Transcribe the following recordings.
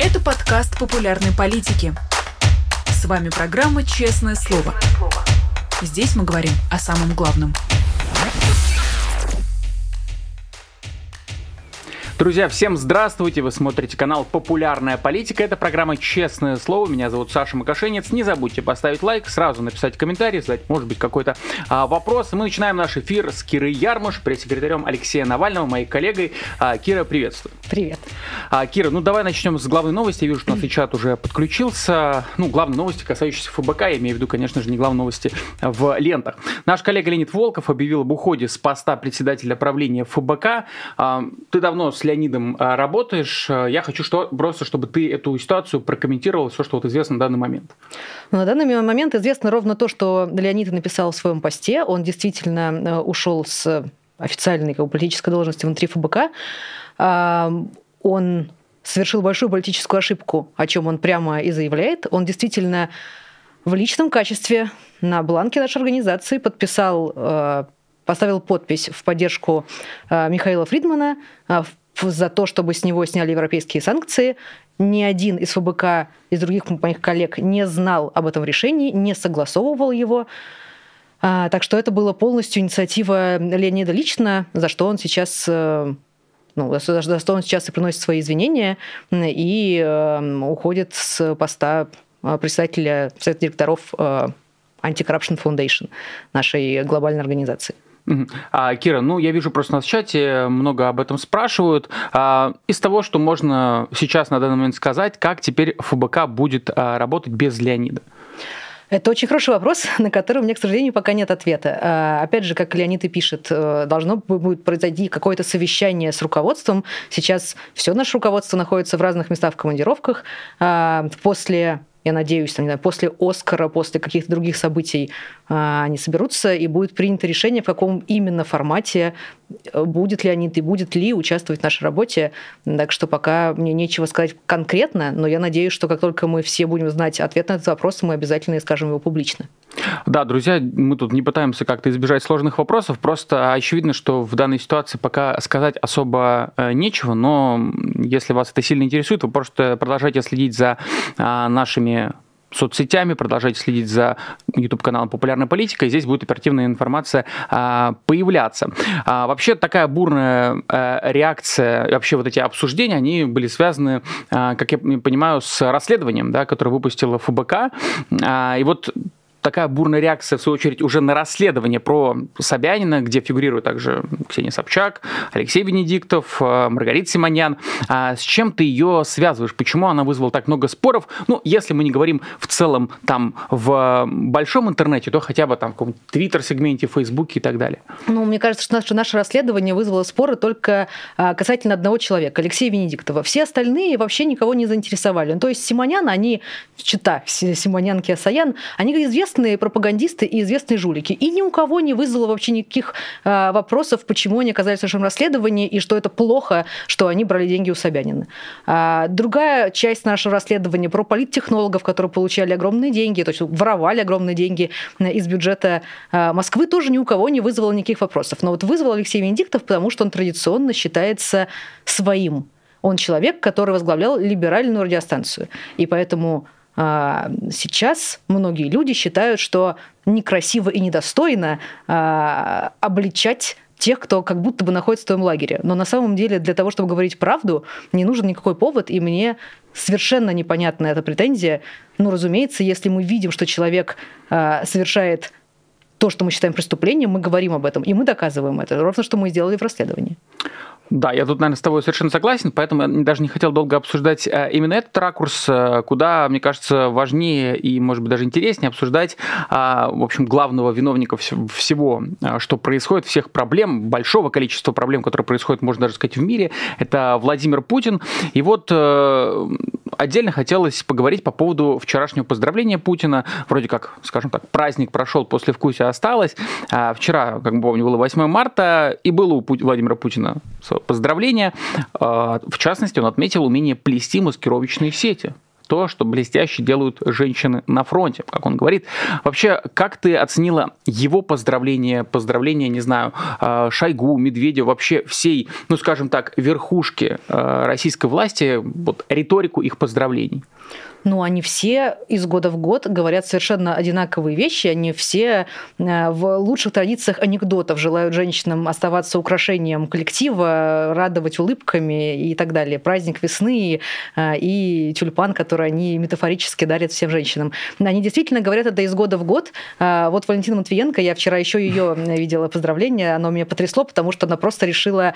Это подкаст популярной политики. С вами программа «Честное слово». Здесь мы говорим о самом главном. Друзья, всем здравствуйте! Вы смотрите канал «Популярная политика». Это программа «Честное слово». Меня зовут Саша Макашенец. Не забудьте поставить лайк, сразу написать комментарий, задать, может быть, какой-то вопрос. И мы начинаем наш эфир с Кирой Ярмуш, пресс-секретарем Алексея Навального, моей коллегой. Кира, приветствую. Привет. Кира, давай начнем с главной новости. Я вижу, что у нас и чат уже подключился. Главные новости, кассающиеся ФБК. Я имею в виду, конечно же, не главные новости в лентах. Наш коллега Леонид Волков объявил об уходе с поста председателя правления ФБК. Ты давно с Леонидом работаешь. Я хочу просто, чтобы ты эту ситуацию прокомментировал, все, что известно на данный момент. На данный момент известно ровно то, что Леонид написал в своем посте. Он действительно ушел с официальной политической должности внутри ФБК. Он совершил большую политическую ошибку, о чем он прямо и заявляет. Он действительно в личном качестве на бланке нашей организации поставил подпись в поддержку Михаила Фридмана за то, чтобы с него сняли европейские санкции. Ни один из ФБК, из других моих коллег не знал об этом решении, не согласовывал его. Так что это была полностью инициатива Леонида лично, за что он сейчас... за что он сейчас и приносит свои извинения и уходит с поста председателя Совета директоров Anti-Corruption Foundation, нашей глобальной организации. Кира, я вижу просто у нас в чате много об этом спрашивают. Из того, что можно сейчас на данный момент сказать, как теперь ФБК будет работать без Леонида? Это очень хороший вопрос, на который у меня, к сожалению, пока нет ответа. Опять же, как Леонид и пишет, должно будет произойти какое-то совещание с руководством. Сейчас все наше руководство находится в разных местах в командировках. Я надеюсь, после Оскара, после каких-то других событий они соберутся, и будет принято решение, в каком именно формате будет Леонид и будет ли участвовать в нашей работе. Так что пока мне нечего сказать конкретно, но я надеюсь, что как только мы все будем знать ответ на этот вопрос, мы обязательно скажем его публично. Да, друзья, мы тут не пытаемся как-то избежать сложных вопросов, просто очевидно, что в данной ситуации пока сказать особо нечего, но если вас это сильно интересует, вы просто продолжайте следить за нашими соцсетями, продолжайте следить за YouTube-каналом «Популярная политика», и здесь будет оперативная информация появляться. Вообще такая бурная реакция, вообще вот эти обсуждения, они были связаны, как я понимаю, с расследованием, которое выпустила ФБК. И вот такая бурная реакция, в свою очередь, уже на расследование про Собянина, где фигурируют также Ксения Собчак, Алексей Венедиктов, Маргарита Симоньян. С чем ты ее связываешь? Почему она вызвала так много споров? Если мы не говорим в целом там в большом интернете, то хотя бы там в каком-нибудь Твиттер-сегменте, Фейсбуке и так далее. Мне кажется, что наше расследование вызвало споры только касательно одного человека, Алексея Венедиктова. Все остальные вообще никого не заинтересовали. То есть Симоньян, они, чита Симоньянки Асаян, они известные пропагандисты и известные жулики. И ни у кого не вызвало вообще никаких вопросов, почему они оказались в нашем расследовании и что это плохо, что они брали деньги у Собянина. Другая часть нашего расследования про политтехнологов, которые получали огромные деньги, то есть воровали огромные деньги из бюджета Москвы, тоже ни у кого не вызвало никаких вопросов. Но вызвал Алексей Венедиктов, потому что он традиционно считается своим. Он человек, который возглавлял либеральную радиостанцию. И поэтому сейчас многие люди считают, что некрасиво и недостойно обличать тех, кто как будто бы находится в твоем лагере. Но на самом деле для того, чтобы говорить правду, не нужен никакой повод, и мне совершенно непонятна эта претензия. Разумеется, если мы видим, что человек совершает то, что мы считаем преступлением, мы говорим об этом, и мы доказываем это. Ровно что мы сделали в расследовании. Да, я тут, наверное, с тобой совершенно согласен, поэтому я даже не хотел долго обсуждать именно этот ракурс, куда, мне кажется, важнее и, может быть, даже интереснее обсуждать, в общем, главного виновника всего, что происходит, всех проблем, большого количества проблем, которые происходят, можно даже сказать, в мире, это Владимир Путин. И вот отдельно хотелось поговорить по поводу вчерашнего поздравления Путина. Вроде как, скажем так, праздник прошел, послевкусие осталось. Вчера, как мы помним, было 8 марта, и было у Владимира Путина поздравление. В частности, он отметил умение плести маскировочные сети. то, что блестяще делают женщины на фронте, как он говорит. Вообще, как ты оценила его поздравления, не знаю, Шойгу, Медведева, вообще всей, ну, скажем так, верхушки российской власти, вот риторику их поздравлений? Ну, они все из года в год говорят совершенно одинаковые вещи. Они все в лучших традициях анекдотов желают женщинам оставаться украшением коллектива, радовать улыбками и так далее. Праздник весны и тюльпан, который они метафорически дарят всем женщинам. Они действительно говорят это из года в год. Вот Валентина Матвиенко, я вчера еще ее видела поздравление, оно меня потрясло, потому что она просто решила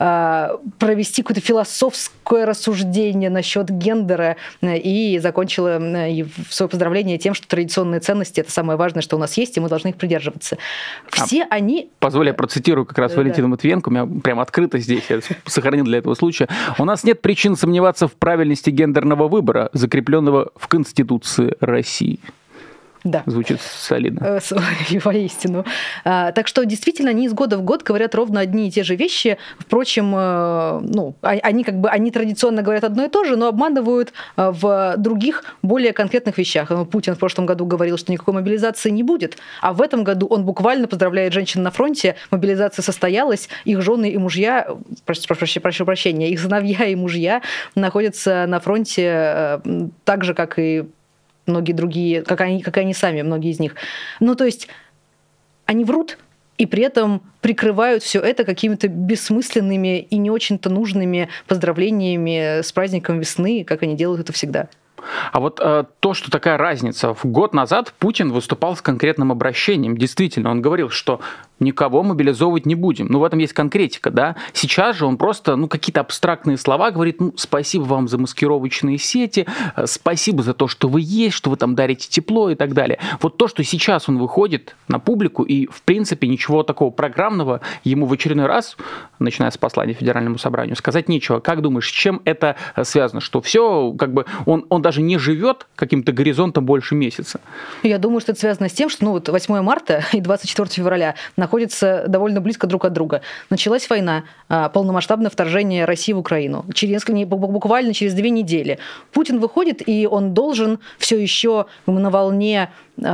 провести какое-то философское рассуждение насчет гендера и закончила свое поздравление тем, что традиционные ценности – это самое важное, что у нас есть, и мы должны их придерживаться. Все они… Позволь, я процитирую как раз Валентину Матвиенко, у меня прям открыто здесь, я сохранил для этого случая. «У нас нет причин сомневаться в правильности гендерного выбора, закрепленного в Конституции России». Да. Звучит солидно. Воистину. Так что действительно они из года в год говорят ровно одни и те же вещи. Впрочем, ну, они традиционно говорят одно и то же, но обманывают в других, более конкретных вещах. Путин в прошлом году говорил, что никакой мобилизации не будет, а в этом году он буквально поздравляет женщин на фронте. Мобилизация состоялась, их жены и мужья, прошу прощения, их сыновья и мужья находятся на фронте так же, как и многие другие, как они сами, многие из них. Ну, то есть они врут и при этом прикрывают все это какими-то бессмысленными и не очень-то нужными поздравлениями с праздником весны, как они делают это всегда. А вот то, что такая разница. Год назад Путин выступал с конкретным обращением. Действительно, он говорил, что никого мобилизовывать не будем. Ну, в этом есть конкретика, да. Сейчас же он просто, какие-то абстрактные слова говорит, спасибо вам за маскировочные сети, спасибо за то, что вы есть, что вы там дарите тепло и так далее. Вот то, что сейчас он выходит на публику, и, в принципе, ничего такого программного ему в очередной раз, начиная с послания Федеральному собранию, сказать нечего. Как думаешь, с чем это связано? Что все, он даже не живет каким-то горизонтом больше месяца? Я думаю, что это связано с тем, что 8 марта и 24 февраля находятся довольно близко друг от друга. Началась война, полномасштабное вторжение России в Украину. Буквально через 2 недели Путин выходит, и он должен все еще на волне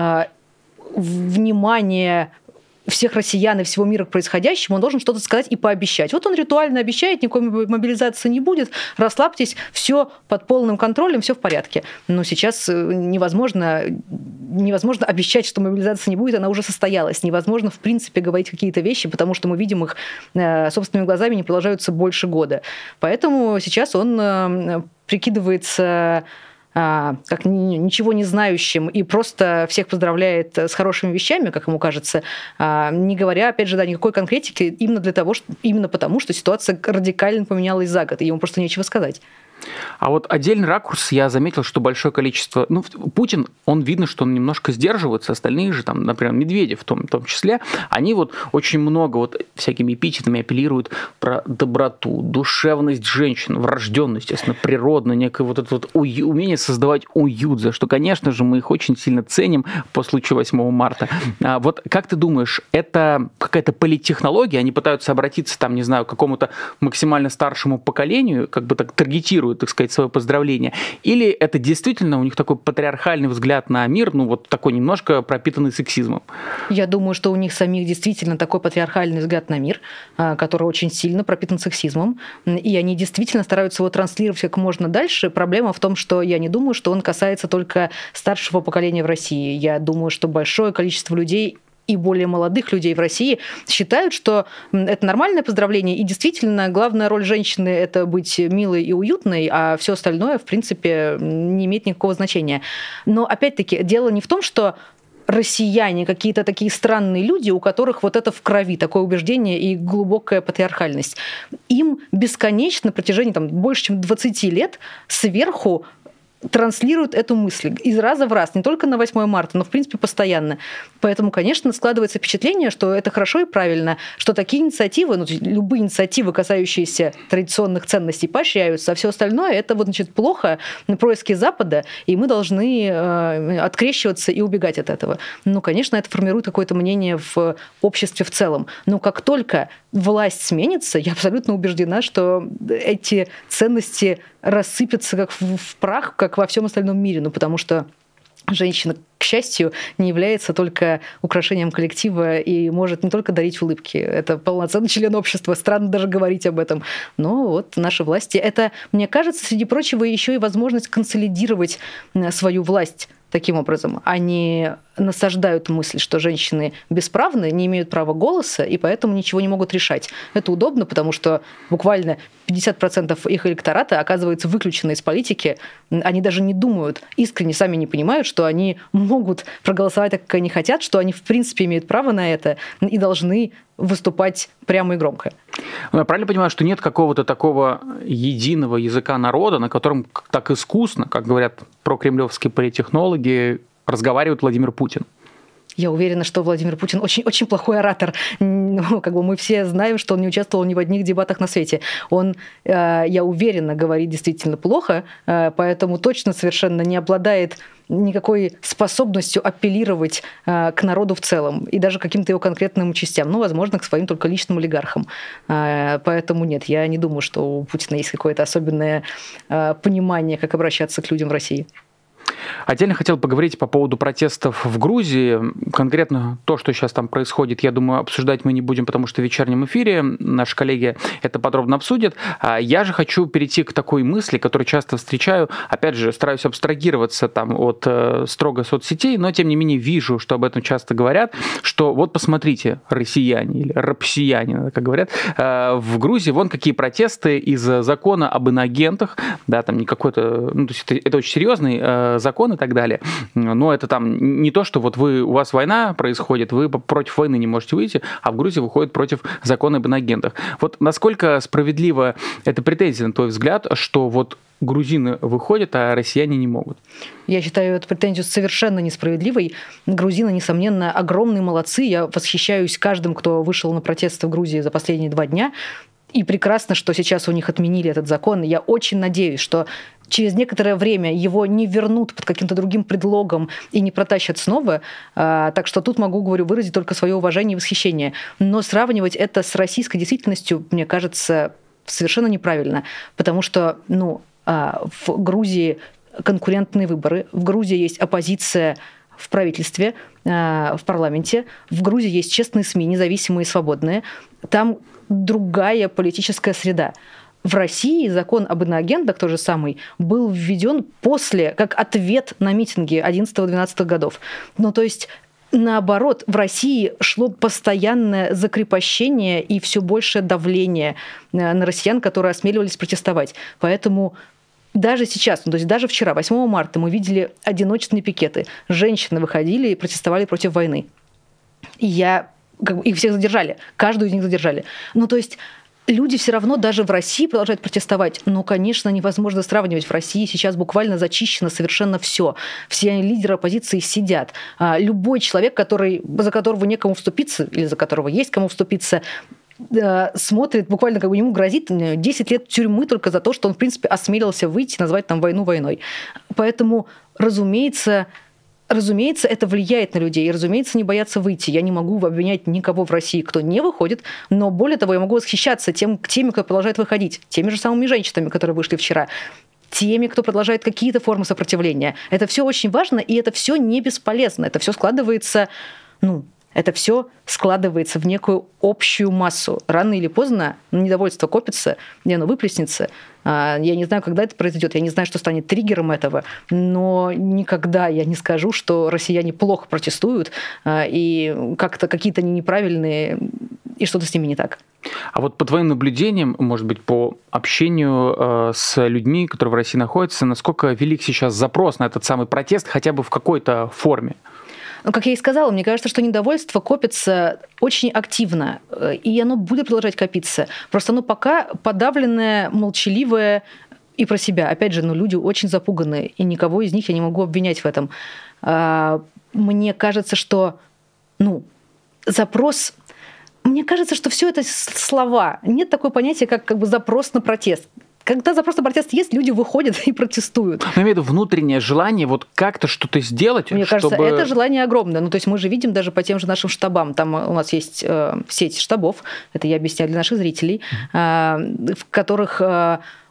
внимания всех россиян и всего мира к происходящему, он должен что-то сказать и пообещать. Вот он ритуально обещает, никакой мобилизации не будет, расслабьтесь, все под полным контролем, все в порядке. Но сейчас невозможно обещать, что мобилизации не будет, она уже состоялась. Невозможно, в принципе, говорить какие-то вещи, потому что мы видим их собственными глазами, не продолжаются больше года. Поэтому сейчас он прикидывается как ничего не знающим и просто всех поздравляет с хорошими вещами, как ему кажется, не говоря, опять же, никакой конкретики, именно потому, что ситуация радикально поменялась за год, и ему просто нечего сказать. А вот отдельный ракурс, я заметил, что большое количество... Путин, он видно, что он немножко сдерживается, остальные же, например, Медведев в том числе, они очень много всякими эпитетами апеллируют про доброту, душевность женщин, врожденность, естественно, природную, некое это умение создавать уют, за что, конечно же, мы их очень сильно ценим по случаю 8 марта. Вот как ты думаешь, это какая-то политтехнология, они пытаются обратиться, к какому-то максимально старшему поколению, так таргетируют, так сказать, свое поздравление? Или это действительно у них такой патриархальный взгляд на мир, такой немножко пропитанный сексизмом? Я думаю, что у них самих действительно такой патриархальный взгляд на мир, который очень сильно пропитан сексизмом, и они действительно стараются его транслировать как можно дальше. Проблема в том, что я не думаю, что он касается только старшего поколения в России. Я думаю, что большое количество людей и более молодых людей в России считают, что это нормальное поздравление, и действительно главная роль женщины – это быть милой и уютной, а все остальное, в принципе, не имеет никакого значения. Но, опять-таки, дело не в том, что россияне какие-то такие странные люди, у которых это в крови, такое убеждение и глубокая патриархальность. Им бесконечно на протяжении больше, чем 20 лет сверху транслируют эту мысль из раза в раз, не только на 8 марта, но, в принципе, постоянно. Поэтому, конечно, складывается впечатление, что это хорошо и правильно, что такие инициативы, любые инициативы, касающиеся традиционных ценностей, поощряются, а все остальное – это плохо, происки Запада, и мы должны открещиваться и убегать от этого. Конечно, это формирует какое-то мнение в обществе в целом. Но как только власть сменится, я абсолютно убеждена, что эти ценности рассыпется как в прах, как во всем остальном мире, потому что женщина, к счастью, не является только украшением коллектива и может не только дарить улыбки. Это полноценный член общества. Странно даже говорить об этом. Но вот наши власти. Это, мне кажется, среди прочего, еще и возможность консолидировать свою власть таким образом. Они насаждают мысль, что женщины бесправны, не имеют права голоса, и поэтому ничего не могут решать. Это удобно, потому что буквально 50% их электората оказывается выключено из политики. Они даже не думают, искренне сами не понимают, что они могут проголосовать так, как они хотят, что они в принципе имеют право на это и должны выступать прямо и громко. Я правильно понимаю, что нет какого-то такого единого языка народа, на котором так искусно, как говорят прокремлевские политтехнологи, разговаривает Владимир Путин? Я уверена, что Владимир Путин очень плохой оратор. Мы все знаем, что он не участвовал ни в одних дебатах на свете. Он, я уверена, говорит действительно плохо, поэтому точно совершенно не обладает никакой способностью апеллировать к народу в целом и даже к каким-то его конкретным частям, возможно, к своим только личным олигархам. Поэтому нет, я не думаю, что у Путина есть какое-то особенное понимание, как обращаться к людям в России. Отдельно хотел поговорить по поводу протестов в Грузии. Конкретно то, что сейчас там происходит, я думаю, обсуждать мы не будем, потому что в вечернем эфире наши коллеги это подробно обсудят. Я же хочу перейти к такой мысли, которую часто встречаю. Опять же, стараюсь абстрагироваться там от строго соцсетей, но тем не менее вижу, что об этом часто говорят, что вот посмотрите, россияне или рапсияне, как говорят, в Грузии вон какие протесты из-за закона об иноагентах, да, там не какой-то, то есть это очень серьезный закон и так далее, но это там не то, что вот у вас война происходит, вы против войны не можете выйти, а в Грузии выходит против закона об иноагентах. Вот насколько справедлива эта претензия, на твой взгляд, что вот грузины выходят, а россияне не могут? Я считаю эту претензию совершенно несправедливой. Грузины, несомненно, огромные молодцы. Я восхищаюсь каждым, кто вышел на протесты в Грузии за последние 2 дня. И прекрасно, что сейчас у них отменили этот закон. Я очень надеюсь, что через некоторое время его не вернут под каким-то другим предлогом и не протащат снова. Так что тут могу, выразить только свое уважение и восхищение. Но сравнивать это с российской действительностью, мне кажется, совершенно неправильно. Потому что, в Грузии конкурентные выборы, в Грузии есть оппозиция в правительстве, в парламенте, в Грузии есть честные СМИ, независимые и свободные. Там другая политическая среда. В России закон об иноагентах, тот же самый, был введен как ответ на митинги 11-12 годов. То есть, наоборот, в России шло постоянное закрепощение и все большее давление на россиян, которые осмеливались протестовать. Поэтому даже сейчас, то есть даже вчера, 8 марта, мы видели одиночные пикеты. Женщины выходили и протестовали против войны. Их всех задержали, каждую из них задержали. То есть люди все равно даже в России продолжают протестовать. Конечно, невозможно сравнивать. В России сейчас буквально зачищено совершенно все. Все лидеры оппозиции сидят. Любой человек, за которого некому вступиться, или за которого есть кому вступиться, смотрит, буквально ему грозит 10 лет тюрьмы только за то, что он, в принципе, осмелился выйти и назвать там войну войной. Поэтому, разумеется, это влияет на людей, и, разумеется, не боятся выйти. Я не могу обвинять никого в России, кто не выходит, но, более того, я могу восхищаться теми, кто продолжает выходить, теми же самыми женщинами, которые вышли вчера, теми, кто продолжает какие-то формы сопротивления. Это все очень важно, и это все не бесполезно. Это все складывается, в некую общую массу. Рано или поздно недовольство копится, и оно выплеснется. Я не знаю, когда это произойдет, я не знаю, что станет триггером этого, но никогда я не скажу, что россияне плохо протестуют и как-то какие-то они неправильные, и что-то с ними не так. А вот по твоим наблюдениям, может быть, по общению с людьми, которые в России находятся, насколько велик сейчас запрос на этот самый протест хотя бы в какой-то форме? Как я и сказала, мне кажется, что недовольство копится очень активно, и оно будет продолжать копиться. Просто оно пока подавленное, молчаливое и про себя. Опять же, люди очень запуганы, и никого из них я не могу обвинять в этом. Мне кажется, что запрос... Мне кажется, что все это слова. Нет такого понятия, как запрос на протест. Когда запрос на протест есть, люди выходят и протестуют. Я имею в виду внутреннее желание как-то что-то сделать. Мне кажется, это желание огромное. То есть мы же видим даже по тем же нашим штабам. Там у нас есть сеть штабов, это я объясняю для наших зрителей, в которых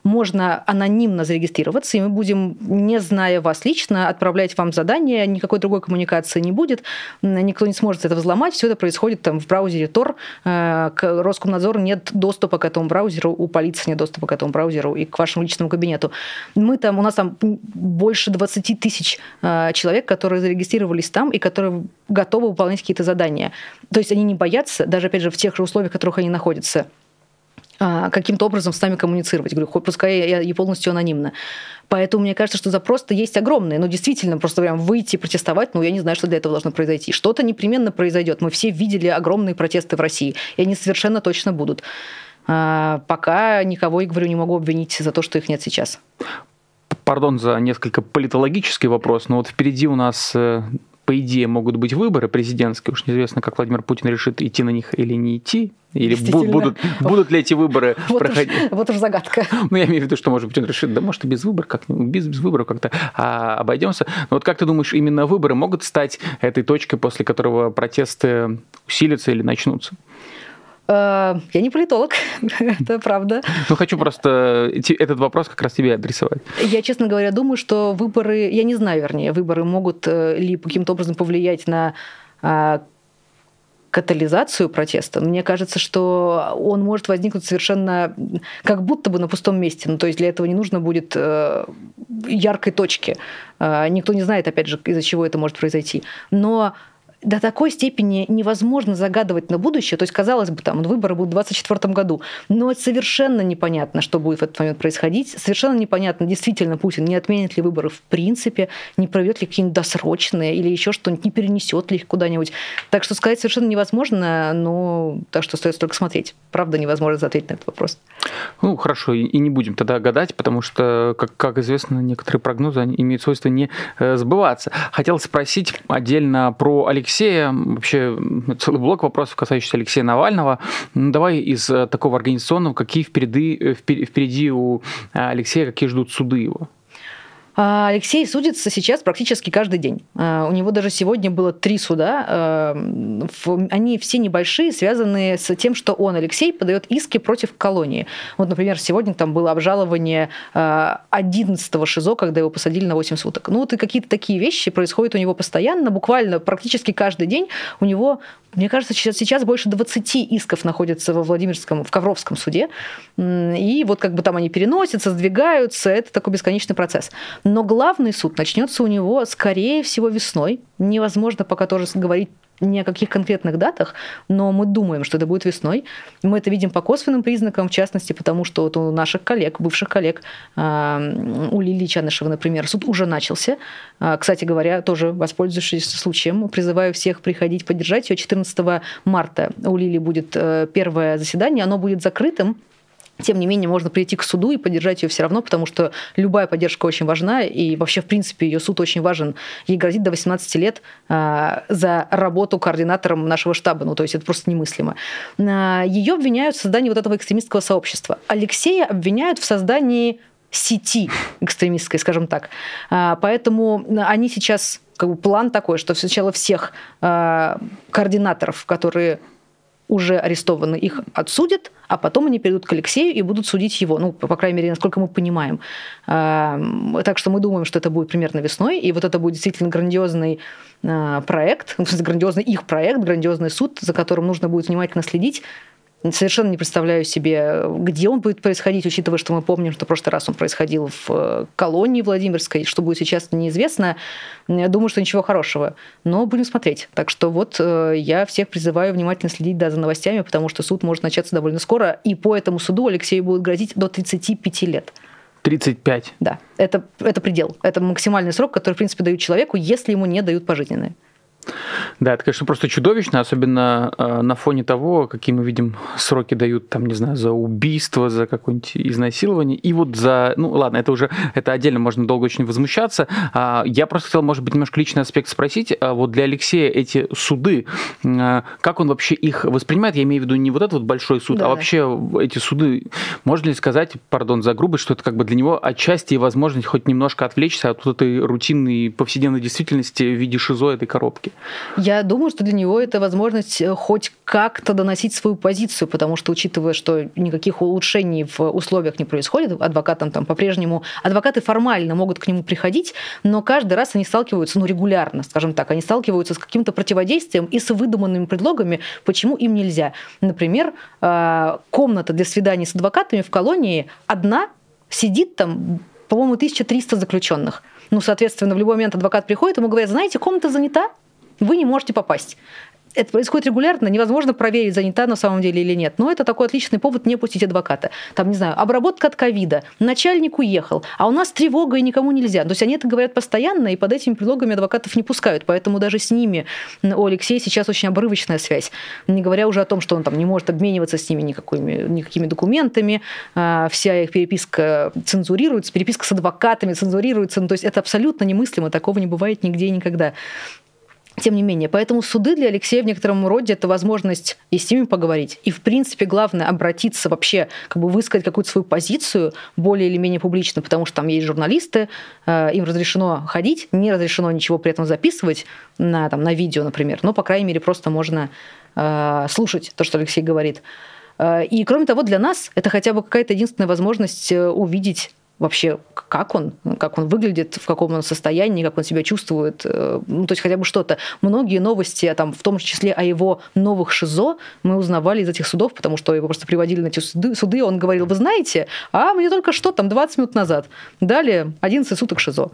можно анонимно зарегистрироваться, и мы будем, не зная вас лично, отправлять вам задание, никакой другой коммуникации не будет, никто не сможет это взломать, все это происходит там в браузере Tor, к Роскомнадзору нет доступа к этому браузеру, у полиции нет доступа к этому браузеру и к вашему личному кабинету. У нас там больше 20 тысяч человек, которые зарегистрировались там и которые готовы выполнять какие-то задания. То есть они не боятся, даже, опять же, в тех же условиях, в которых они находятся, каким-то образом с нами коммуницировать. Говорю, хоть пускай и полностью анонимно. Поэтому мне кажется, что запрос-то есть огромный. Но действительно, просто прям выйти и протестовать, я не знаю, что для этого должно произойти. Что-то непременно произойдет. Мы все видели огромные протесты в России, и они совершенно точно будут. Пока никого, я говорю, не могу обвинить за то, что их нет сейчас. Пардон за несколько политологический вопрос, но вот впереди у нас... По идее, могут быть выборы президентские. Уж неизвестно, как Владимир Путин решит, идти на них или не идти. Или будут ли эти выборы проходить. Вот уж загадка. Я имею в виду, что, может быть, он решит, да, может, и без выборов как-то обойдемся. Но вот как ты думаешь, именно выборы могут стать этой точкой, после которого протесты усилятся или начнутся? Я не политолог, это правда. Хочу просто этот вопрос как раз тебе адресовать. Я, честно говоря, думаю, что выборы, я не знаю, вернее, выборы могут ли каким-то образом повлиять на катализацию протеста. Мне кажется, что он может возникнуть совершенно как будто бы на пустом месте. То есть для этого не нужно будет яркой точки. Никто не знает, опять же, из-за чего это может произойти. Но до такой степени невозможно загадывать на будущее. То есть, казалось бы, выборы будут в 2024 году, но совершенно непонятно, что будет в этот момент происходить. Совершенно непонятно, действительно, Путин не отменит ли выборы в принципе, не проведет ли какие-нибудь досрочные или еще что-нибудь, не перенесет ли их куда-нибудь. Так что сказать совершенно невозможно, так что остается только смотреть. Правда, невозможно ответить на этот вопрос. Хорошо, и не будем тогда гадать, потому что, как известно, некоторые прогнозы имеют свойство не сбываться. Хотел спросить отдельно про Алексея. Вообще целый блок вопросов, касающихся Алексея Навального. Давай из такого организационного, какие впереди у Алексея, какие ждут суды его? Алексей судится сейчас практически каждый день. У него даже сегодня было 3 суда. Они все небольшие, связанные с тем, что он, Алексей, подает иски против колонии. Вот, например, сегодня там было обжалование 11-го ШИЗО, когда его посадили на 8 суток. И какие-то такие вещи происходят у него постоянно, буквально практически каждый день. У него, мне кажется, сейчас больше 20 исков находятся в Ковровском суде. И вот там они переносятся, сдвигаются. Это такой бесконечный процесс. Но главный суд начнется у него, скорее всего, весной. Невозможно пока тоже говорить ни о каких конкретных датах, но мы думаем, что это будет весной. Мы это видим по косвенным признакам, в частности, потому что у наших коллег, бывших коллег, у Лилии Чанышевой, например, суд уже начался. Кстати говоря, тоже воспользовавшись случаем, призываю всех приходить поддержать ее. 14 марта у Лилии будет первое заседание, оно будет закрытым. Тем не менее, можно прийти к суду и поддержать ее все равно, потому что любая поддержка очень важна, и вообще, в принципе, ее суд очень важен. Ей грозит до 18 лет за работу координатором нашего штаба. То есть это просто немыслимо. Ее обвиняют в создании вот этого экстремистского сообщества. Алексея обвиняют в создании сети экстремистской, скажем так. Поэтому они сейчас... план такой, что сначала всех координаторов, которые уже арестованы, их отсудят, а потом они перейдут к Алексею и будут судить его. По крайней мере, насколько мы понимаем. Так что мы думаем, что это будет примерно весной, и вот это будет действительно грандиозный проект, грандиозный их проект, грандиозный суд, за которым нужно будет внимательно следить. Совершенно не представляю себе, где он будет происходить, учитывая, что мы помним, что в прошлый раз он происходил в колонии Владимирской, что будет сейчас, неизвестно. Я думаю, что ничего хорошего, но будем смотреть. Так что я всех призываю внимательно следить за новостями, потому что суд может начаться довольно скоро, и по этому суду Алексею будет грозить до 35 лет. 35? Да, это предел. Это максимальный срок, который, в принципе, дают человеку, если ему не дают пожизненное. Да, это, конечно, просто чудовищно, особенно на фоне того, какие мы видим сроки дают, за убийство, за какое-нибудь изнасилование, и вот за... ладно, это отдельно можно долго очень возмущаться. Я просто хотел, может быть, немножко личный аспект спросить. Вот для Алексея эти суды, как он вообще их воспринимает? Я имею в виду не вот этот большой суд, да, а вообще эти суды, можно ли сказать, пардон за грубость, что это для него отчасти и возможность хоть немножко отвлечься от вот этой рутинной повседневной действительности в виде ШИЗО этой коробки? Я думаю, что для него это возможность хоть как-то доносить свою позицию, потому что, учитывая, что никаких улучшений в условиях не происходит, адвокаты формально могут к нему приходить, но каждый раз они сталкиваются, регулярно, скажем так, они сталкиваются с каким-то противодействием и с выдуманными предлогами, почему им нельзя. Например, комната для свиданий с адвокатами в колонии одна, сидит там, по-моему, 1300 заключенных. Соответственно, в любой момент адвокат приходит, ему говорят: знаете, комната занята, вы не можете попасть. Это происходит регулярно, невозможно проверить, занята на самом деле или нет. Но это такой отличный повод не пустить адвоката. Там, не знаю, обработка от ковида, начальник уехал, а у нас тревога и никому нельзя. То есть они это говорят постоянно, и под этими предлогами адвокатов не пускают. Поэтому даже с ними у Алексея сейчас очень обрывочная связь. Не говоря уже о том, что он там не может обмениваться с ними никакими документами, вся их переписка цензурируется, переписка с адвокатами цензурируется. То есть это абсолютно немыслимо, такого не бывает нигде и никогда. Тем не менее, поэтому суды для Алексея в некотором роде это возможность и с ними поговорить. И, в принципе, главное обратиться вообще, высказать какую-то свою позицию более или менее публично, потому что там есть журналисты, им разрешено ходить, не разрешено ничего при этом записывать на видео, например. Но, по крайней мере, просто можно слушать то, что Алексей говорит. И, кроме того, для нас это хотя бы какая-то единственная возможность увидеть вообще, как он выглядит, в каком он состоянии, как он себя чувствует, то есть хотя бы что-то. Многие новости, в том числе о его новых ШИЗО, мы узнавали из этих судов, потому что его просто приводили на эти суды, он говорил: вы знаете, мне только что 20 минут назад дали 11 суток ШИЗО.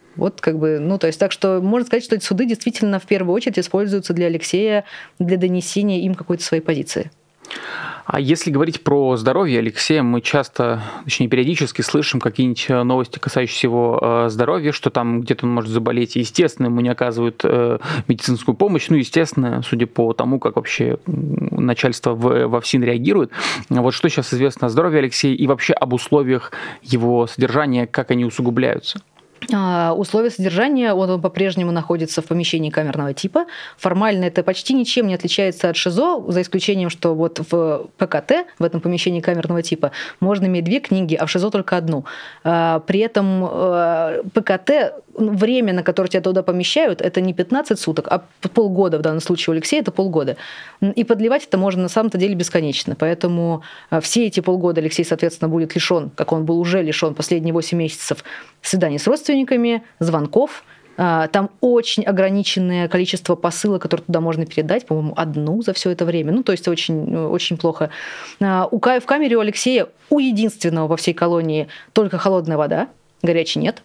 Так что можно сказать, что эти суды действительно в первую очередь используются для Алексея, для донесения им какой-то своей позиции. А если говорить про здоровье Алексея, мы часто, точнее периодически слышим какие-нибудь новости, касающиеся его здоровья, что там где-то он может заболеть. Естественно, ему не оказывают медицинскую помощь. Естественно, судя по тому, как вообще начальство во ФСИН реагирует. Вот что сейчас известно о здоровье Алексея и вообще об условиях его содержания, как они усугубляются? Условия содержания, он по-прежнему находится в помещении камерного типа. Формально это почти ничем не отличается от ШИЗО, за исключением, что в ПКТ, в этом помещении камерного типа, можно иметь 2 книги, а в ШИЗО только 1. При этом ПКТ, время, на которое тебя туда помещают, это не 15 суток, а полгода в данном случае у Алексея это полгода. И продлевать это можно на самом-то деле бесконечно. Поэтому все эти полгода Алексей, соответственно, будет лишен, как он был уже лишен последние 8 месяцев, свиданий с родственниками, звонков. Там очень ограниченное количество посылок, которые туда можно передать, по-моему, 1 за все это время. То есть очень, очень плохо. В камере у Алексея, у единственного во всей колонии, только холодная вода, горячей нет.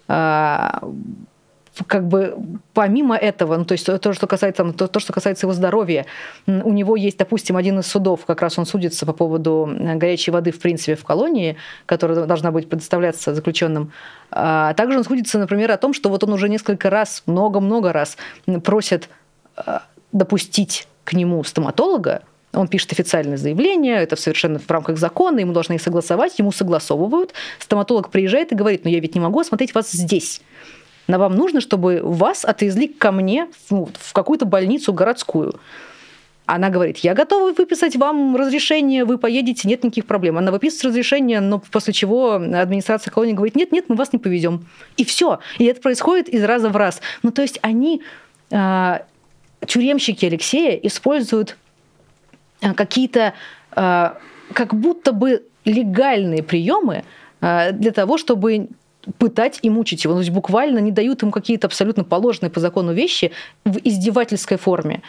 Помимо этого, то есть то, что касается его здоровья, у него есть, допустим, один из судов, как раз он судится по поводу горячей воды, в принципе, в колонии, которая должна быть предоставляться заключенным. Также он судится, например, о том, что он уже несколько раз, много-много раз просит допустить к нему стоматолога. Он пишет официальное заявление, это совершенно в рамках закона, ему должны их согласовать, ему согласовывают. Стоматолог приезжает и говорит: я ведь не могу осмотреть вас здесь. Но вам нужно, чтобы вас отвезли ко мне в какую-то больницу городскую. Она говорит: я готова выписать вам разрешение, вы поедете, нет никаких проблем. Она выписывает разрешение, но после чего администрация колонии говорит: нет, мы вас не повезем. И все. И это происходит из раза в раз. То есть они, тюремщики Алексея, используют какие-то как будто бы легальные приемы для того, чтобы пытать и мучить его. То есть буквально не дают ему какие-то абсолютно положенные по закону вещи в издевательской форме.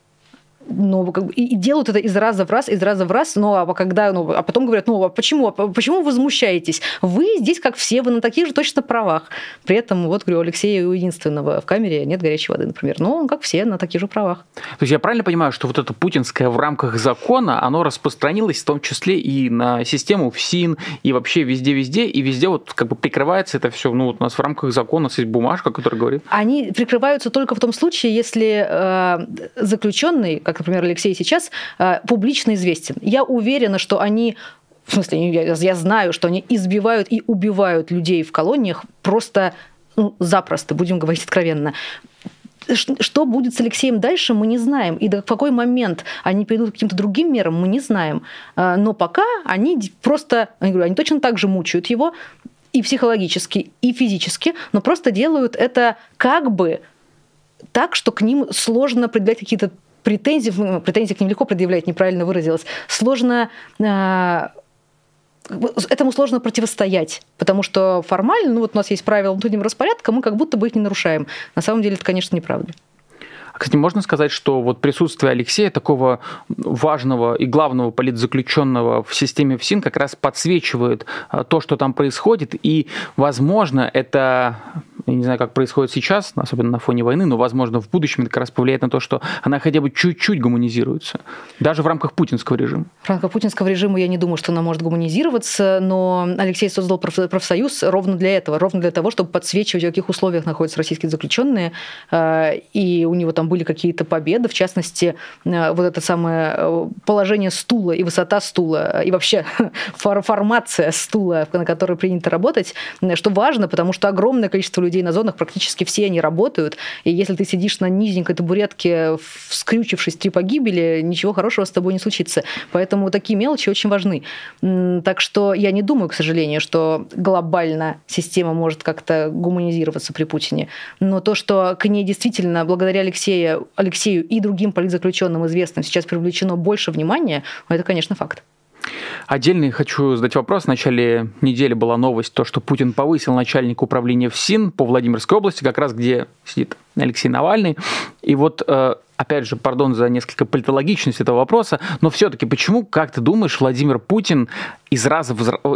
И делают это из раза в раз, а потом говорят: почему вы возмущаетесь? Вы здесь как все, вы на таких же точно правах. При этом, говорю, у Алексея у единственного в камере нет горячей воды, например. Но он как все, на таких же правах. То есть я правильно понимаю, что это путинское в рамках закона, оно распространилось в том числе и на систему ФСИН, и вообще везде, и везде прикрывается это все, у нас в рамках закона есть бумажка, которая говорит. Они прикрываются только в том случае, если заключенный, как, например, Алексей сейчас, публично известен. Я уверена, что они, я знаю, что они избивают и убивают людей в колониях просто запросто, будем говорить откровенно. Что будет с Алексеем дальше, мы не знаем. И до какой момент они перейдут к каким-то другим мерам, мы не знаем. Но пока они они точно так же мучают его и психологически, и физически, но просто делают это так, что к ним сложно предъявлять какие-то претензии к ним легко предъявлять, неправильно выразилась, этому сложно противостоять, потому что формально, у нас есть правила внутреннего распорядка, мы как будто бы их не нарушаем. На самом деле это, конечно, неправда. Кстати, можно сказать, что вот присутствие Алексея, такого важного и главного политзаключенного в системе ФСИН, как раз подсвечивает то, что там происходит, и, возможно, это, я не знаю, как происходит сейчас, особенно на фоне войны, но, возможно, в будущем это как раз повлияет на то, что она хотя бы чуть-чуть гуманизируется, даже в рамках путинского режима. В рамках путинского режима я не думаю, что она может гуманизироваться, но Алексей создал профсоюз ровно для того, чтобы подсвечивать, в каких условиях находятся российские заключенные, и у него там были какие-то победы, в частности, вот это самое положение стула и высота стула, и вообще формация стула, на которой принято работать, что важно, потому что огромное количество людей на зонах, практически все они работают, и если ты сидишь на низенькой табуретке, скрючившись 3 погибели, ничего хорошего с тобой не случится. Поэтому такие мелочи очень важны. Так что я не думаю, к сожалению, что глобально система может как-то гуманизироваться при Путине. Но то, что к ней действительно, благодаря Алексею и другим политзаключенным известным сейчас привлечено больше внимания, это, конечно, факт. Отдельный хочу задать вопрос. В начале недели была новость, то, что Путин повысил начальника управления ФСИН по Владимирской области, как раз где сидит Алексей Навальный. И вот, опять же, пардон за несколько политологичность этого вопроса, но все-таки почему, как ты думаешь, Владимир Путин из раза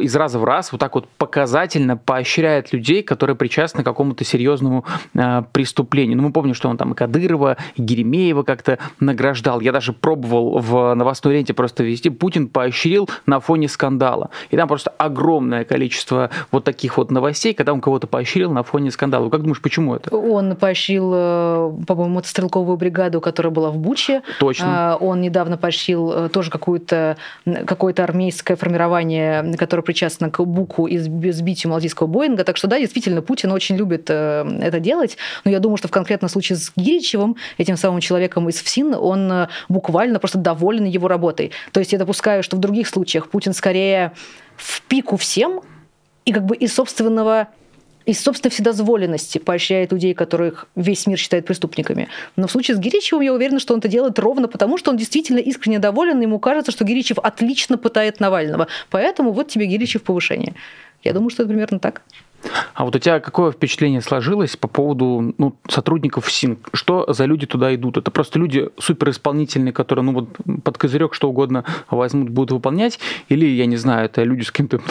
в раз вот так вот показательно поощряет людей, которые причастны к какому-то серьезному преступлению? Мы помним, что он там и Кадырова, и Еремеева как-то награждал. Я даже пробовал в новостной ленте просто вести. Путин поощрил на фоне скандала. И там просто огромное количество вот таких вот новостей, когда он кого-то поощрил на фоне скандала. Как думаешь, почему это? Он поощрил, по-моему, мотострелковую бригаду, которая была в Буче. Точно. Он недавно поощрил тоже какое-то армейское формирование, которое причастно к Буку и сбитию малтийского Боинга. Так что да, действительно, Путин очень любит это делать. Но я думаю, что в конкретном случае с Гиричевым, этим самым человеком из ФСИН, он буквально просто доволен его работой. То есть я допускаю, что в других случаях Путин скорее в пику всем и как бы из собственной вседозволенности поощряет людей, которых весь мир считает преступниками. Но в случае с Гиричевым я уверена, что он это делает ровно потому, что он действительно искренне доволен, и ему кажется, что Гиричев отлично пытает Навального. Поэтому вот тебе Гиричев повышение. Я думаю, что это примерно так. А вот у тебя какое впечатление сложилось по поводу сотрудников ФСИН? Что за люди туда идут? Это просто люди суперисполнительные, которые под козырек что угодно возьмут, будут выполнять? Или, я не знаю, это люди с каким-то,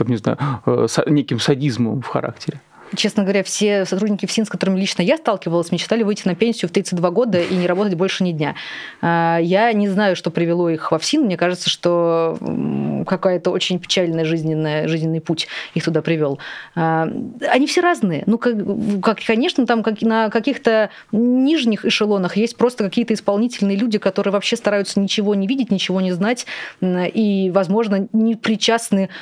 неким садизмом в характере? Честно говоря, все сотрудники ФСИН, с которыми лично я сталкивалась, мечтали выйти на пенсию в 32 года и не работать больше ни дня. Я не знаю, что привело их во ФСИН. Мне кажется, что какой-то очень печальный жизненный путь их туда привел. Они все разные. Конечно, там на каких-то нижних эшелонах есть просто какие-то исполнительные люди, которые вообще стараются ничего не видеть, ничего не знать и, возможно, не причастны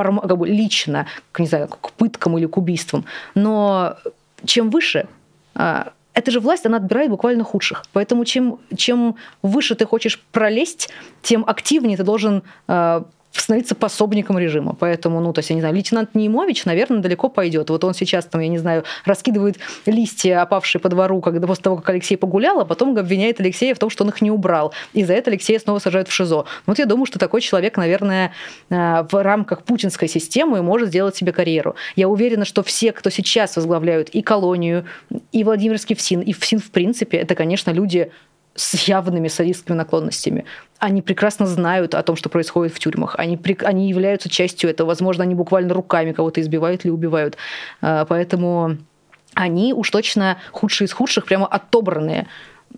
лично к пыткам или к убийствам. Но чем выше, эта же власть, она отбирает буквально худших. Поэтому чем выше ты хочешь пролезть, тем активнее ты должен становиться пособником режима. Поэтому, лейтенант Неимович, наверное, далеко пойдет. Вот он сейчас, раскидывает листья, опавшие по двору, после того, как Алексей погулял, а потом обвиняет Алексея в том, что он их не убрал. И за это Алексея снова сажают в ШИЗО. Вот я думаю, что такой человек, наверное, в рамках путинской системы может сделать себе карьеру. Я уверена, что все, кто сейчас возглавляют и колонию, и Владимирский ФСИН, и ФСИН в принципе, это, конечно, люди с явными садистскими наклонностями. Они прекрасно знают о том, что происходит в тюрьмах. Они являются частью этого. Возможно, они буквально руками кого-то избивают или убивают. Поэтому они уж точно худшие из худших, прямо отобранные.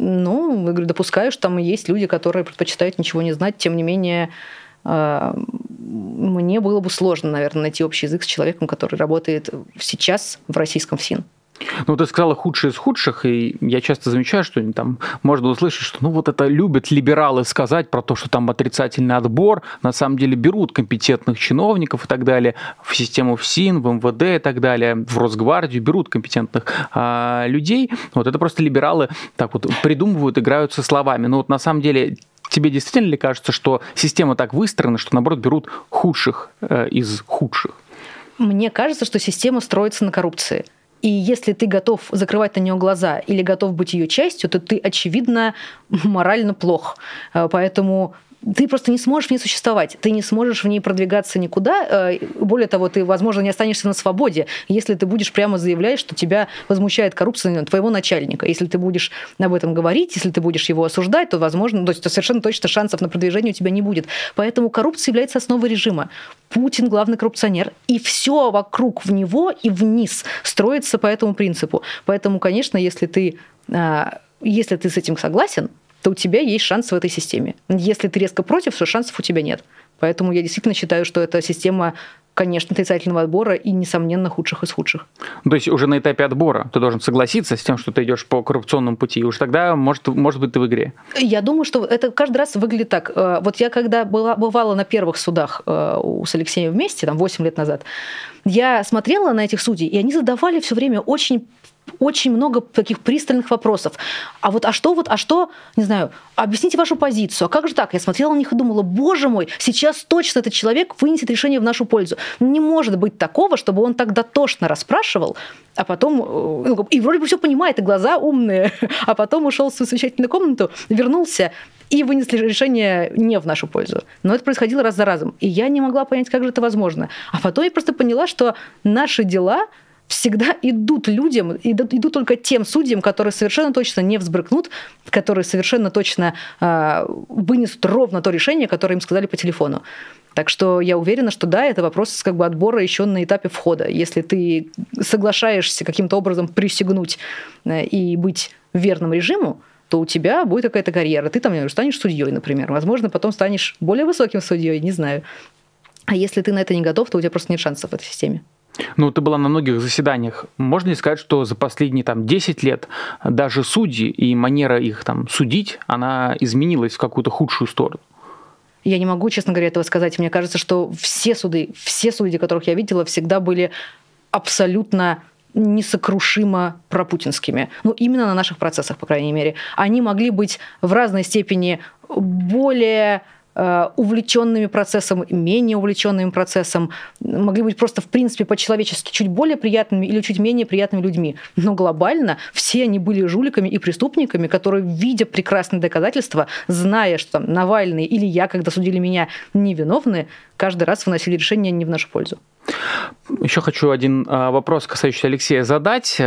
Допускаю, что там есть люди, которые предпочитают ничего не знать. Тем не менее, мне было бы сложно, наверное, найти общий язык с человеком, который работает сейчас в российском ФСИН. Ты сказала худшие из худших, и я часто замечаю, что там можно услышать, что это любят либералы сказать про то, что там отрицательный отбор, на самом деле берут компетентных чиновников и так далее в систему ФСИН, в МВД и так далее, в Росгвардию, берут компетентных людей. Это просто либералы так придумывают, играются словами. Но на самом деле тебе действительно ли кажется, что система так выстроена, что наоборот берут худших из худших? Мне кажется, что система строится на коррупции. И если ты готов закрывать на нее глаза или готов быть ее частью, то ты, очевидно, морально плох. Поэтому ты просто не сможешь в ней существовать, ты не сможешь в ней продвигаться никуда. Более того, ты, возможно, не останешься на свободе, если ты будешь прямо заявлять, что тебя возмущает коррупция твоего начальника. Если ты будешь об этом говорить, если ты будешь его осуждать, то, возможно, то совершенно точно шансов на продвижение у тебя не будет. Поэтому коррупция является основой режима. Путин главный коррупционер, и все вокруг в него и вниз строится по этому принципу. Поэтому, конечно, если ты с этим согласен, то у тебя есть шанс в этой системе. Если ты резко против, то шансов у тебя нет. Поэтому я действительно считаю, что эта система, конечно, отрицательного отбора и, несомненно, худших из худших. То есть уже на этапе отбора ты должен согласиться с тем, что ты идешь по коррупционному пути, и уж тогда, может быть, ты в игре. Я думаю, что это каждый раз выглядит так. Вот я когда бывала на первых судах с Алексеем вместе, 8 лет назад, я смотрела на этих судей, и они задавали все время очень много таких пристальных вопросов. А что, не знаю, объясните вашу позицию, а как же так? Я смотрела на них и думала, боже мой, сейчас точно этот человек вынесет решение в нашу пользу. Не может быть такого, чтобы он так дотошно расспрашивал, а потом, и вроде бы все понимает, и глаза умные, а потом ушел в свою совещательную комнату, вернулся и вынесли решение не в нашу пользу. Но это происходило раз за разом. И я не могла понять, как же это возможно. А потом я просто поняла, что наши дела всегда идут только тем судьям, которые совершенно точно не взбрыкнут, которые совершенно точно вынесут ровно то решение, которое им сказали по телефону. Так что я уверена, что да, это вопрос отбора еще на этапе входа. Если ты соглашаешься каким-то образом присягнуть и быть верным режиму, то у тебя будет какая-то карьера. Ты станешь судьей, например. Возможно, потом станешь более высоким судьей, не знаю. А если ты на это не готов, то у тебя просто нет шансов в этой системе. Ты была на многих заседаниях. Можно ли сказать, что за последние 10 лет даже судьи и манера их судить, она изменилась в какую-то худшую сторону? Я не могу, честно говоря, этого сказать. Мне кажется, что все судьи, которых я видела, всегда были абсолютно несокрушимо пропутинскими. Именно на наших процессах, по крайней мере. Они могли быть в разной степени более увлеченными процессом, менее увлеченными процессом, могли быть просто, в принципе, по-человечески чуть более приятными или чуть менее приятными людьми. Но глобально все они были жуликами и преступниками, которые, видя прекрасные доказательства, зная, что Навальный или я, когда судили меня, невиновны, каждый раз выносили решение не в нашу пользу. Еще хочу один вопрос, касающийся Алексея, задать.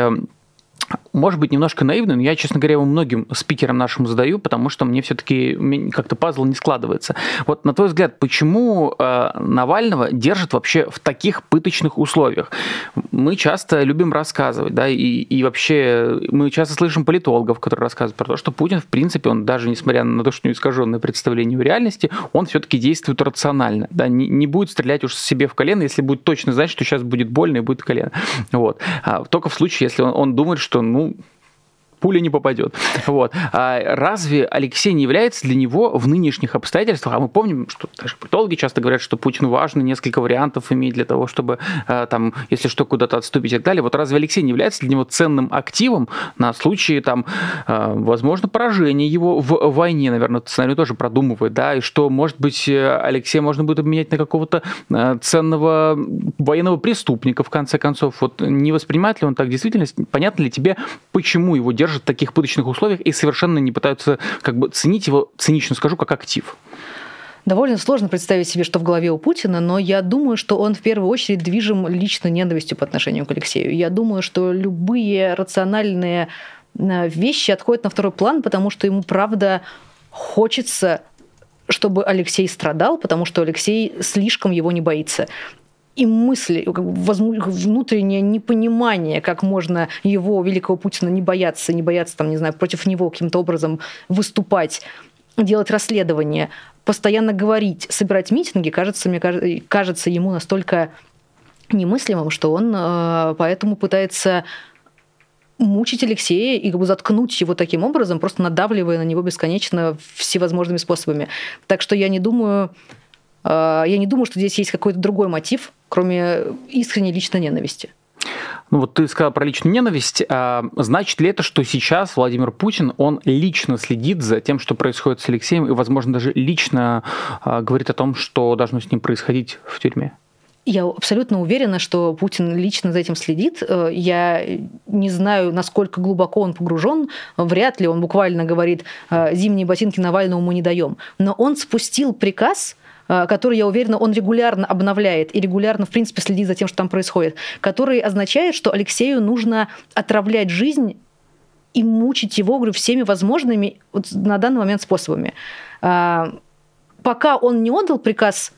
Может быть, немножко наивный, но я, честно говоря, его многим спикерам нашим задаю, потому что мне все-таки как-то пазл не складывается. Вот на твой взгляд, почему Навального держат вообще в таких пыточных условиях? Мы часто любим рассказывать, да, и вообще мы часто слышим политологов, которые рассказывают про то, что Путин, в принципе, он даже несмотря на то, что у него искаженное представление о реальности, он все-таки действует рационально, да, не будет стрелять уж себе в колено, если будет точно знать, что сейчас будет больно и будет колено. Вот. Только в случае, если он думает, что пуля не попадет. Вот. А разве Алексей не является для него в нынешних обстоятельствах, а мы помним, что даже политологи часто говорят, что Путину важно несколько вариантов иметь для того, чтобы если что, куда-то отступить и так далее. Вот разве Алексей не является для него ценным активом на случай, возможно, поражения его в войне, наверное, этот сценарий тоже продумывает, да, и что, может быть, Алексея можно будет обменять на какого-то ценного военного преступника, в конце концов. Вот не воспринимает ли он так действительность? Понятно ли тебе, почему его держат в таких пыточных условиях и совершенно не пытаются ценить его, цинично скажу, как актив? Довольно сложно представить себе, что в голове у Путина, но я думаю, что он в первую очередь движим личной ненавистью по отношению к Алексею. Я думаю, что любые рациональные вещи отходят на второй план, потому что ему, правда, хочется, чтобы Алексей страдал, потому что Алексей слишком его не боится. И мысли, внутреннее непонимание, как можно его, великого Путина, не бояться, против него каким-то образом выступать, делать расследование, постоянно говорить, собирать митинги, кажется ему настолько немыслимым, что он поэтому пытается мучить Алексея и заткнуть его таким образом, просто надавливая на него бесконечно всевозможными способами. Так что я не думаю, что здесь есть какой-то другой мотив, кроме искренней личной ненависти. Вот ты сказал про личную ненависть. Значит ли это, что сейчас Владимир Путин, он лично следит за тем, что происходит с Алексеем, и, возможно, даже лично говорит о том, что должно с ним происходить в тюрьме? Я абсолютно уверена, что Путин лично за этим следит. Я не знаю, насколько глубоко он погружен. Вряд ли он буквально говорит: «Зимние ботинки Навальному мы не даем». Но он спустил приказ, который, я уверена, он регулярно обновляет и регулярно, в принципе, следит за тем, что там происходит, который означает, что Алексею нужно отравлять жизнь и мучить его, говорю, всеми возможными вот на данный момент способами. Пока он не отдал приказ,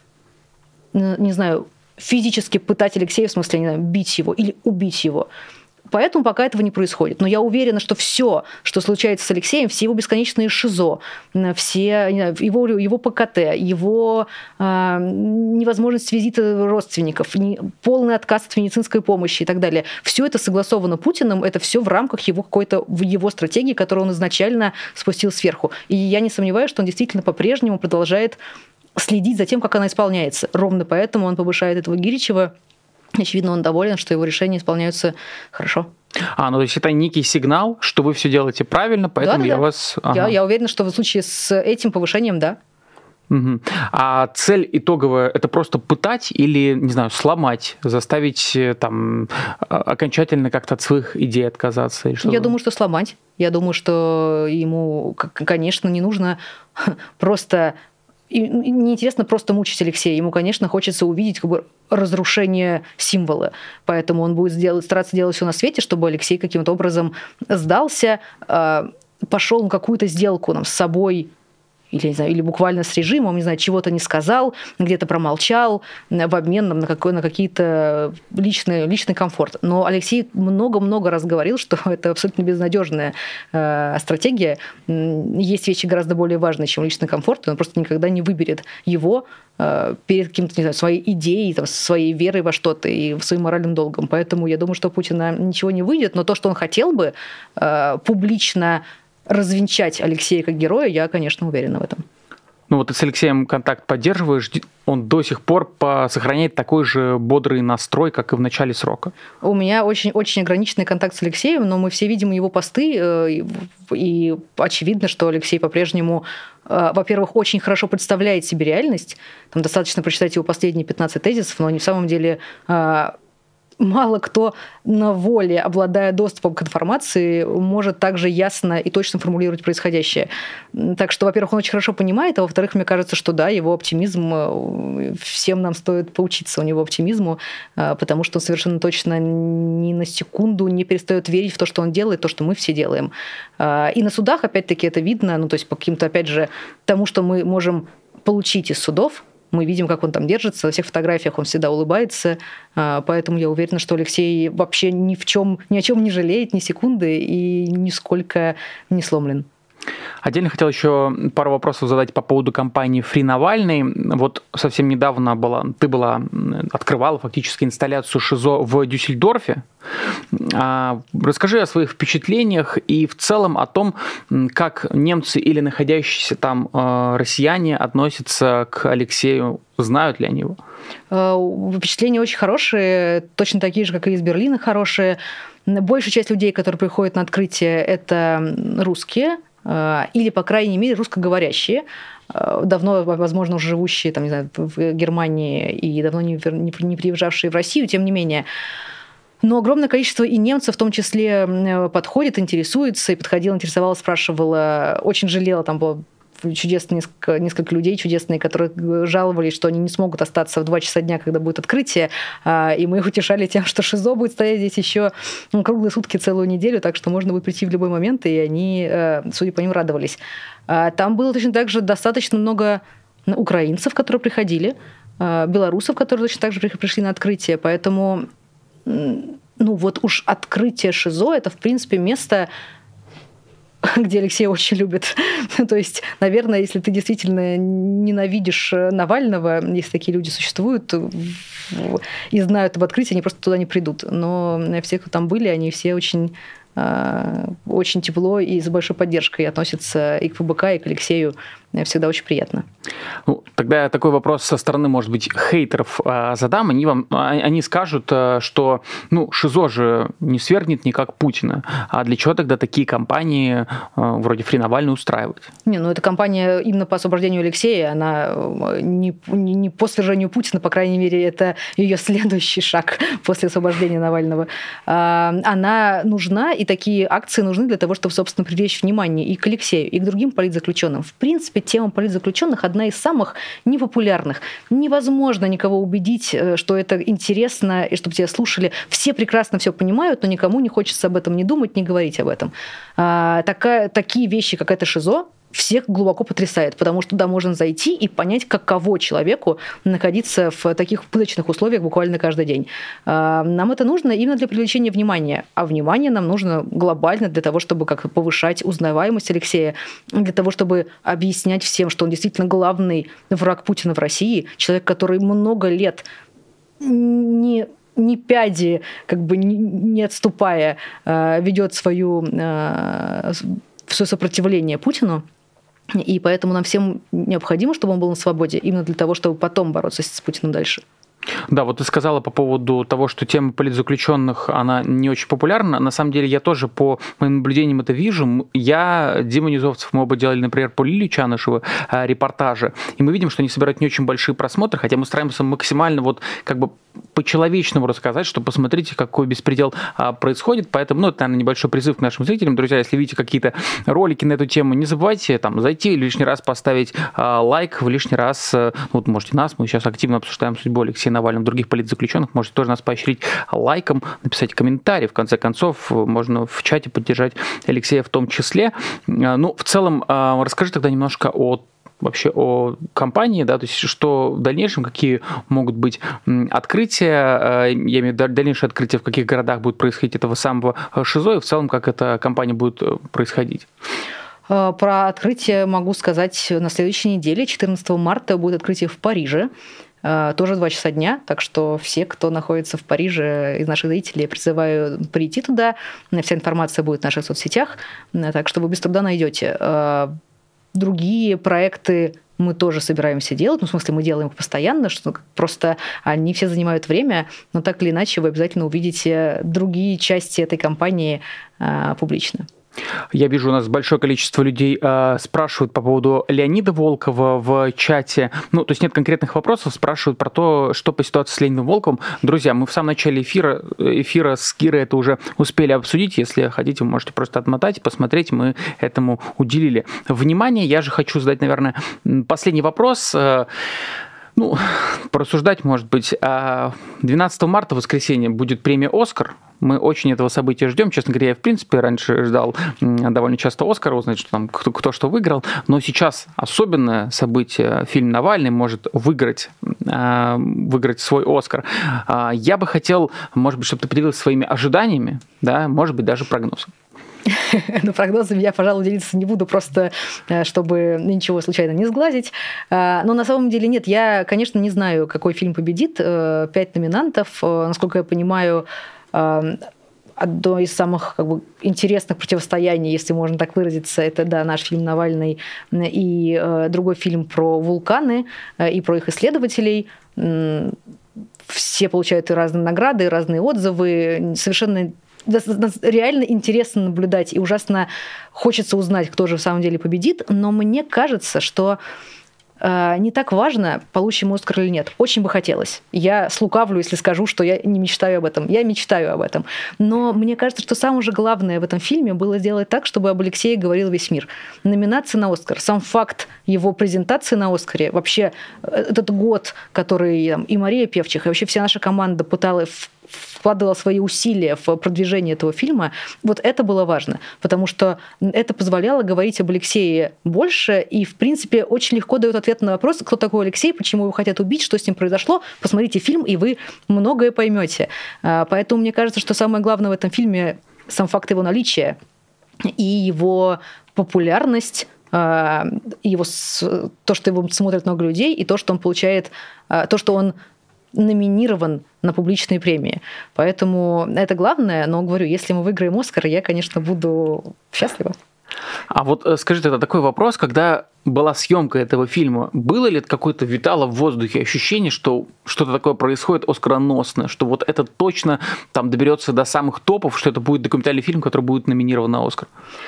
не знаю, физически пытать Алексея, в смысле, не знаю, бить его или убить его. Поэтому пока этого не происходит. Но я уверена, что все, что случается с Алексеем, все его бесконечные ШИЗО, все его ПКТ, его невозможность визита родственников, полный отказ от медицинской помощи и так далее, все это согласовано Путиным, это все в рамках его стратегии, которую он изначально спустил сверху. И я не сомневаюсь, что он действительно по-прежнему продолжает следить за тем, как она исполняется. Ровно поэтому он повышает этого Гиричева. Очевидно, он доволен, что его решения исполняются хорошо. Ну то есть это некий сигнал, что вы все делаете правильно, поэтому я вас... Я уверена, что в случае с этим повышением, да. Угу. А цель итоговая – это просто пытать или, не знаю, сломать, заставить там окончательно как-то от своих идей отказаться? Я думаю, что сломать. Я думаю, что ему, конечно, не нужно просто... И неинтересно просто мучить Алексея. Ему, конечно, хочется увидеть разрушение символа. Поэтому он будет стараться делать все на свете, чтобы Алексей каким-то образом сдался, пошел на какую-то сделку с собой, или, не знаю, или буквально с режимом, не знаю, чего-то не сказал, где-то промолчал в обмен на какие-то личный комфорт. Но Алексей много-много раз говорил, что это абсолютно безнадежная стратегия. Есть вещи гораздо более важные, чем личный комфорт, и он просто никогда не выберет его перед каким-то, не знаю, своей идеей, своей верой во что-то и своим моральным долгом. Поэтому я думаю, что у Путина ничего не выйдет, но то, что он хотел бы публично развенчать Алексея как героя, я, конечно, уверена в этом. Ну вот ты с Алексеем контакт поддерживаешь, он до сих пор сохраняет такой же бодрый настрой, как и в начале срока? У меня очень ограниченный контакт с Алексеем, но мы все видим его посты, и очевидно, что Алексей по-прежнему, во-первых, очень хорошо представляет себе реальность. Там достаточно прочитать его последние 15 тезисов, но они в самом деле... Мало кто на воле, обладая доступом к информации, может также ясно и точно формулировать происходящее. Так что, во-первых, он очень хорошо понимает, а во-вторых, мне кажется, что да, его оптимизм, всем нам стоит поучиться у него оптимизму, потому что он совершенно точно ни на секунду не перестает верить в то, что он делает, то, что мы все делаем. И на судах, опять-таки, это видно, то есть по каким-то, опять же, тому, что мы можем получить из судов. Мы видим, как он там держится, во всех фотографиях он всегда улыбается, поэтому я уверена, что Алексей вообще ни о чем не жалеет ни секунды и нисколько не сломлен. Отдельно хотел еще пару вопросов задать по поводу кампании Free Навальный. Вот совсем недавно ты открывала фактически инсталляцию ШИЗО в Дюссельдорфе. Расскажи о своих впечатлениях и в целом о том, как немцы или находящиеся там россияне относятся к Алексею, знают ли они его? Впечатления очень хорошие, точно такие же, как и из Берлина хорошие. Большая часть людей, которые приходят на открытие, это русские, или, по крайней мере, русскоговорящие, давно, возможно, уже живущие там, не знаю, в Германии и давно не приезжавшие в Россию, тем не менее. Но огромное количество и немцев в том числе подходит, интересуется, и подходила, интересовалась, спрашивала, очень жалела, там было чудесные несколько людей чудесные, которые жаловались, что они не смогут остаться в 2 часа дня, когда будет открытие, и мы их утешали тем, что ШИЗО будет стоять здесь еще круглые сутки, целую неделю, так что можно будет прийти в любой момент, и они, судя по ним, радовались. Там было точно так же достаточно много украинцев, которые приходили, белорусов, которые точно так же пришли на открытие, поэтому вот уж открытие ШИЗО — это, в принципе, место, где Алексей очень любит. То есть, наверное, если ты действительно ненавидишь Навального, если такие люди существуют и знают об открытии, они просто туда не придут. Но все, кто там были, они все очень очень тепло и с большой поддержкой относятся и к ФБК, и к Алексею. Всегда очень приятно. Ну, тогда такой вопрос со стороны, может быть, хейтеров задам. Они скажут, что ШИЗО же не свергнет никак Путина. А для чего тогда такие кампании вроде Фри Навальный устраивать? Эта кампания именно по освобождению Алексея, она не по свержению Путина, по крайней мере, это ее следующий шаг после освобождения Навального. Она нужна, и такие акции нужны для того, чтобы, собственно, привлечь внимание и к Алексею, и к другим политзаключенным. В принципе, тема политзаключенных одна из самых непопулярных. Невозможно никого убедить, что это интересно, и чтобы тебя слушали. Все прекрасно все понимают, но никому не хочется об этом не думать, не говорить об этом. Такие вещи, как это ШИЗО, всех глубоко потрясает, потому что туда можно зайти и понять, каково человеку находиться в таких пыточных условиях буквально каждый день. Нам это нужно именно для привлечения внимания. А внимание нам нужно глобально для того, чтобы как-то повышать узнаваемость Алексея, для того, чтобы объяснять всем, что он действительно главный враг Путина в России, человек, который много лет ни пяди, не отступая, ведет свое сопротивление Путину. И поэтому нам всем необходимо, чтобы он был на свободе, именно для того, чтобы потом бороться с Путиным дальше. Да, вот ты сказала по поводу того, что тема политзаключенных, она не очень популярна. На самом деле я тоже по моим наблюдениям это вижу. Дима Низовцев, мы оба делали, например, по Лилии Чанышевой репортажи, и мы видим, что они собирают не очень большие просмотры, хотя мы стараемся максимально по-человечному рассказать, что посмотрите, какой беспредел происходит. Поэтому, это, наверное, небольшой призыв к нашим зрителям. Друзья, если видите какие-то ролики на эту тему, не забывайте зайти, лишний раз поставить лайк, в лишний раз, можете нас, мы сейчас активно обсуждаем судьбу Алексея Навального, других политзаключенных, можете тоже нас поощрить лайком, написать комментарий, в конце концов, можно в чате поддержать Алексея в том числе. В целом, расскажи тогда немножко о компании, да, то есть что в дальнейшем, какие могут быть открытия, я имею в виду дальнейшее открытие, в каких городах будет происходить этого самого ШИЗО, и в целом, как эта компания будет происходить. Про открытие могу сказать на следующей неделе, 14 марта будет открытие в Париже. Тоже 2 часа дня, так что все, кто находится в Париже из наших зрителей, я призываю прийти туда. Вся информация будет в наших соцсетях, так что вы без труда найдете. Другие проекты мы тоже собираемся делать, в смысле мы делаем их постоянно, что просто они все занимают время, но так или иначе вы обязательно увидите другие части этой кампании публично. Я вижу, у нас большое количество людей спрашивают по поводу Леонида Волкова в чате. То есть нет конкретных вопросов, спрашивают про то, что по ситуации с Леонидом Волковым. Друзья, мы в самом начале эфира с Кирой это уже успели обсудить. Если хотите, вы можете просто отмотать и посмотреть. Мы этому уделили внимание. Я же хочу задать, наверное, последний вопрос. Порассуждать, может быть. 12 марта, воскресенье, будет премия «Оскар». Мы очень этого события ждем. Честно говоря, я, в принципе, раньше ждал довольно часто «Оскара», узнать, что там кто что выиграл. Но сейчас особенное событие. Фильм «Навальный» может выиграть свой «Оскар». Я бы хотел, может быть, чтобы ты поделилась своими ожиданиями, да, может быть, даже прогнозом. Прогнозами я, пожалуй, делиться не буду, просто чтобы ничего случайно не сглазить. Но на самом деле нет, я, конечно, не знаю, какой фильм победит. 5 номинантов, насколько я понимаю, одно из самых интересных противостояний, если можно так выразиться, это, да, наш фильм «Навальный» и другой фильм про вулканы и про их исследователей. Все получают и разные награды, и разные отзывы. Совершенно реально интересно наблюдать, и ужасно хочется узнать, кто же в самом деле победит. Но мне кажется, что не так важно, получим «Оскар» или нет. Очень бы хотелось. Я слукавлю, если скажу, что я не мечтаю об этом. Я мечтаю об этом. Но мне кажется, что самое же главное в этом фильме было сделать так, чтобы об Алексее говорил весь мир. Номинация на «Оскар», сам факт его презентации на «Оскаре», вообще этот год, который и Мария Певчих, и вообще вся наша команда вкладывала свои усилия в продвижение этого фильма, вот это было важно, потому что это позволяло говорить об Алексее больше и, в принципе, очень легко дает ответ на вопрос, кто такой Алексей, почему его хотят убить, что с ним произошло. Посмотрите фильм, и вы многое поймете. Поэтому мне кажется, что самое главное в этом фильме сам факт его наличия и его популярность, то, что его смотрят много людей, и то, что он получает, то, что он номинирован на публичные премии. Поэтому это главное, но, говорю, если мы выиграем «Оскар», я, конечно, буду счастлива. А вот скажи тогда такой вопрос, когда была съемка этого фильма, было ли какое-то витало в воздухе ощущение, что что-то такое происходит оскароносное, что вот это точно там доберется до самых топов, что это будет документальный фильм, который будет номинирован на «Оскар»?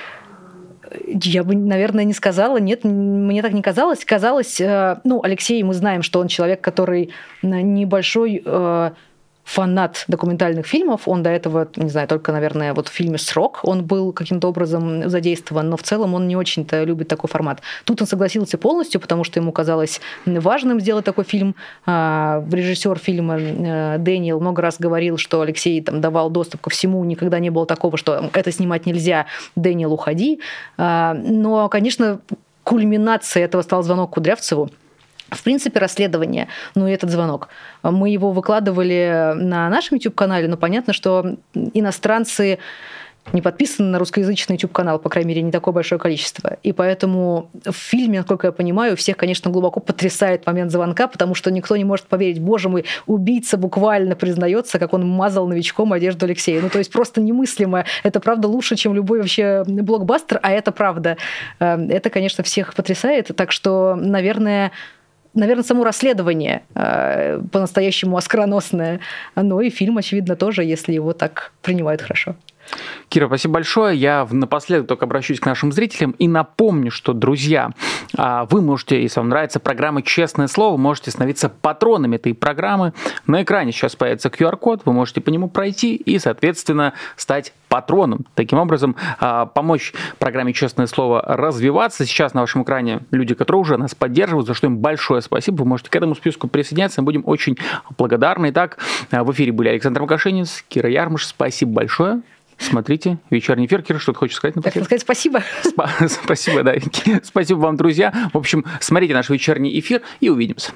Я бы, наверное, не сказала. Нет, мне так не казалось. Казалось, Алексей, мы знаем, что он человек, который небольшой фанат документальных фильмов. Он до этого, не знаю, только, наверное, вот в фильме «Срок» он был каким-то образом задействован, но в целом он не очень-то любит такой формат. Тут он согласился полностью, потому что ему казалось важным сделать такой фильм. Режиссер фильма Дэниел много раз говорил, что Алексей там давал доступ ко всему, никогда не было такого, что это снимать нельзя, Дэниел, уходи. Но, конечно, кульминацией этого стал звонок Кудрявцеву. В принципе, расследование, и этот звонок. Мы его выкладывали на нашем YouTube-канале, но понятно, что иностранцы не подписаны на русскоязычный YouTube-канал, по крайней мере, не такое большое количество. И поэтому в фильме, насколько я понимаю, всех, конечно, глубоко потрясает момент звонка, потому что никто не может поверить, боже мой, убийца буквально признается, как он мазал новичком одежду Алексея. То есть просто немыслимо. Это, правда, лучше, чем любой вообще блокбастер, а это правда. Это, конечно, всех потрясает. Так что, наверное, само расследование по-настоящему оскароносное. И фильм, очевидно, тоже, если его так принимают хорошо. Кира, спасибо большое. Я напоследок только обращусь к нашим зрителям и напомню, что, друзья, вы можете, если вам нравится программа «Честное слово», можете становиться патронами этой программы. На экране сейчас появится QR-код, вы можете по нему пройти и, соответственно, стать патроном. Таким образом, помочь программе «Честное слово» развиваться. Сейчас на вашем экране люди, которые уже нас поддерживают, за что им большое спасибо. Вы можете к этому списку присоединяться, мы будем очень благодарны. Итак, в эфире были Александр Макашенец, Кира Ярмуш. Спасибо большое. Смотрите вечерний эфир. Кира, что-то хочешь сказать напоследок? Так сказать, спасибо. Спасибо, да. Спасибо вам, друзья. В общем, смотрите наш вечерний эфир и увидимся.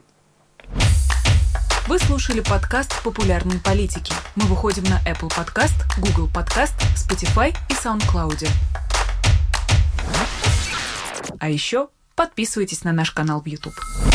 Вы слушали подкаст «Популярные политики». Мы выходим на Apple Podcast, Google Podcast, Spotify и SoundCloud. А еще подписывайтесь на наш канал в YouTube.